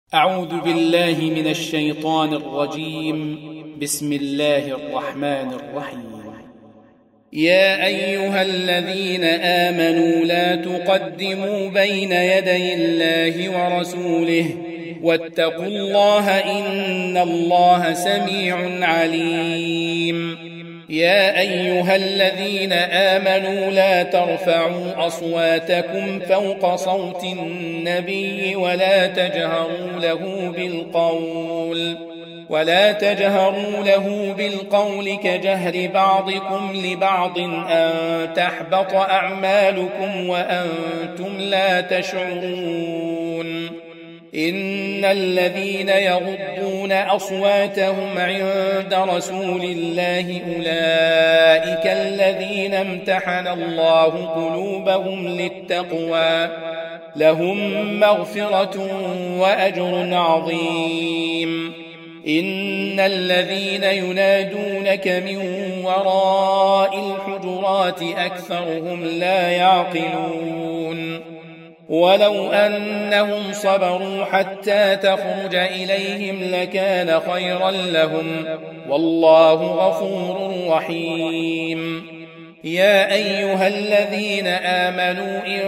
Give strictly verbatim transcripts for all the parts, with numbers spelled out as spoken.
أعوذ بالله من الشيطان الرجيم. بسم الله الرحمن الرحيم. يا أيها الذين آمنوا لا تقدموا بين يدي الله ورسوله واتقوا الله إن الله سميع عليم. يا أيها الذين آمنوا لا ترفعوا أصواتكم فوق صوت النبي ولا تجهروا له بالقول ولا تجهروا له بالقول كجهر بعضكم لبعض أن تحبط أعمالكم وأنتم لا تشعرون. إن الذين يغضون أصواتهم عند رسول الله أولئك الذين امتحن الله قلوبهم للتقوى لهم مغفرة وأجر عظيم. إن الذين ينادونك من وراء الحجرات أكثرهم لا يعقلون. ولو أنهم صبروا حتى تخرج إليهم لكان خيرا لهم والله غفور رحيم. يا أيها الذين آمنوا إن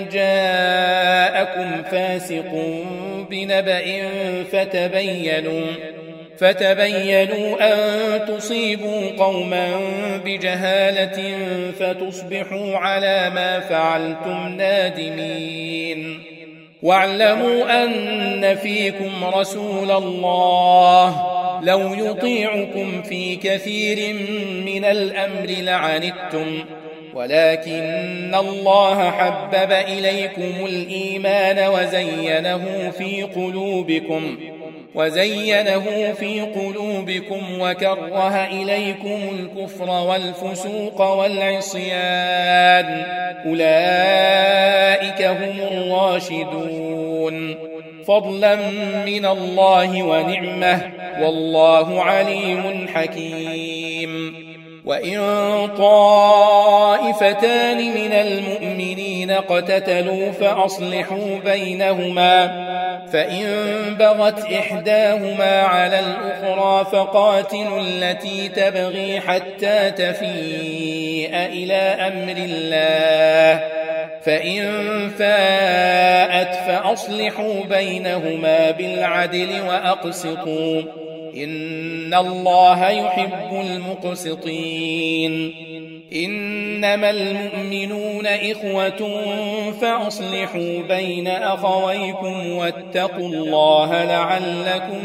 جاءكم فاسق بنبأ فتبينوا فتبينوا أن تصيبوا قوما بجهالة فتصبحوا على ما فعلتم نادمين. واعلموا أن فيكم رسول الله لو يطيعكم في كثير من الأمر لعنتم ولكن الله حبب إليكم الإيمان وزينه في قلوبكم وزينه في قلوبكم وكره إليكم الكفر والفسوق والعصيان أولئك هم الراشدون فضلا من الله ونعمه والله عليم حكيم. وإن طائفتان من المؤمنين اقتتلوا فأصلحوا بينهما فإن بغت إحداهما على الأخرى فقاتلوا التي تبغي حتى تفيء إلى أمر الله فإن فاءت فأصلحوا بينهما بالعدل وأقسطوا إن الله يحب المقسطين. إنما المؤمنون إخوة فأصلحوا بين أخويكم واتقوا الله لعلكم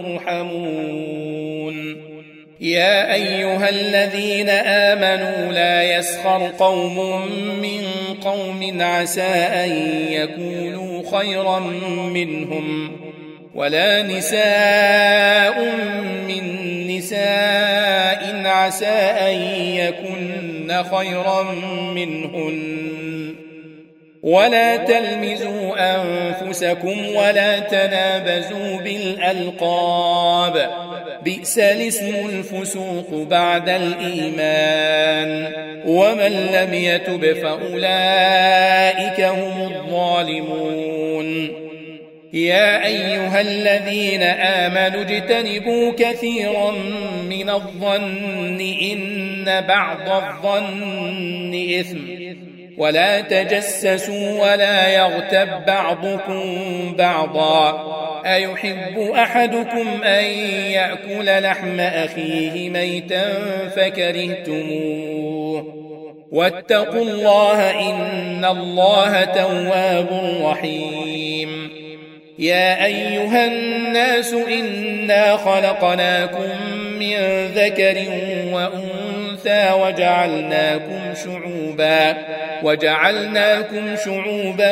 ترحمون. يا أيها الذين آمنوا لا يسخر قوم من قوم عسى أن يكونوا خيرا منهم ولا نساء من نساء عسى أن يكن خيرا منهن ولا تلمزوا أنفسكم ولا تنابزوا بالألقاب بئس الاسم الفسوق بعد الإيمان ومن لم يتب فأولئك هم الظالمون. يا أيها الذين آمنوا اجتنبوا كثيرا من الظن إن بعض الظن إثم ولا تجسسوا ولا يغتب بعضكم بعضا أيحب أحدكم أن يأكل لحم أخيه ميتا فكرهتموه واتقوا الله إن الله تواب رحيم. يا أيها الناس إنا خلقناكم من ذكر وأنثى وجعلناكم شعوبا وجعلناكم شعوبا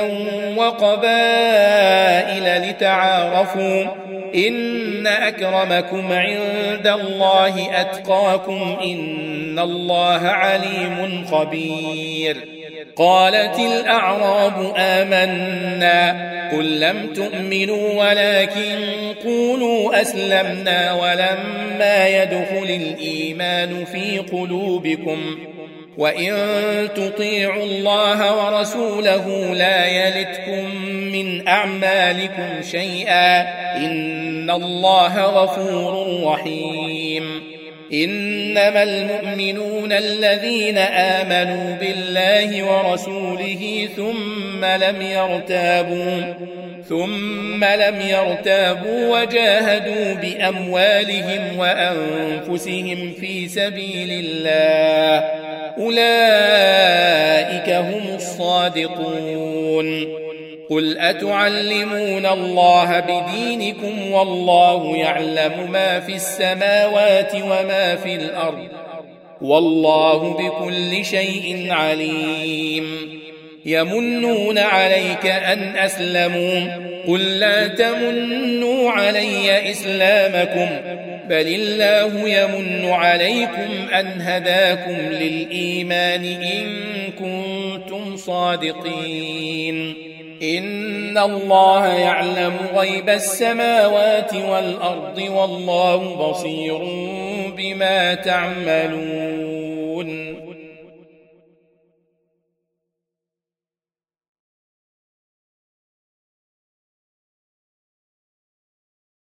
وقبائل لتعارفوا إن أكرمكم عند الله أتقاكم إن الله عليم خبير. قالت الأعراب آمنا قل لم تؤمنوا ولكن قولوا أسلمنا ولما يدخل الإيمان في قلوبكم وإن تطيعوا الله ورسوله لا يلتكم من أعمالكم شيئا إن الله غفور رحيم إنما المؤمنون الذين آمنوا بالله ورسوله ثم لم يرتابوا ثم لم يرتابوا وجاهدوا بأموالهم وأنفسهم في سبيل الله أولئك هم الصادقون قل أتعلمون الله بدينكم والله يعلم ما في السماوات وما في الأرض والله بكل شيء عليم يمنون عليك أن أسلموا قل لا تمنوا علي إسلامكم بل الله يمن عليكم أن هداكم للإيمان إن كنتم صادقين إن الله يعلم غيب السماوات والأرض والله بصير بما تعملون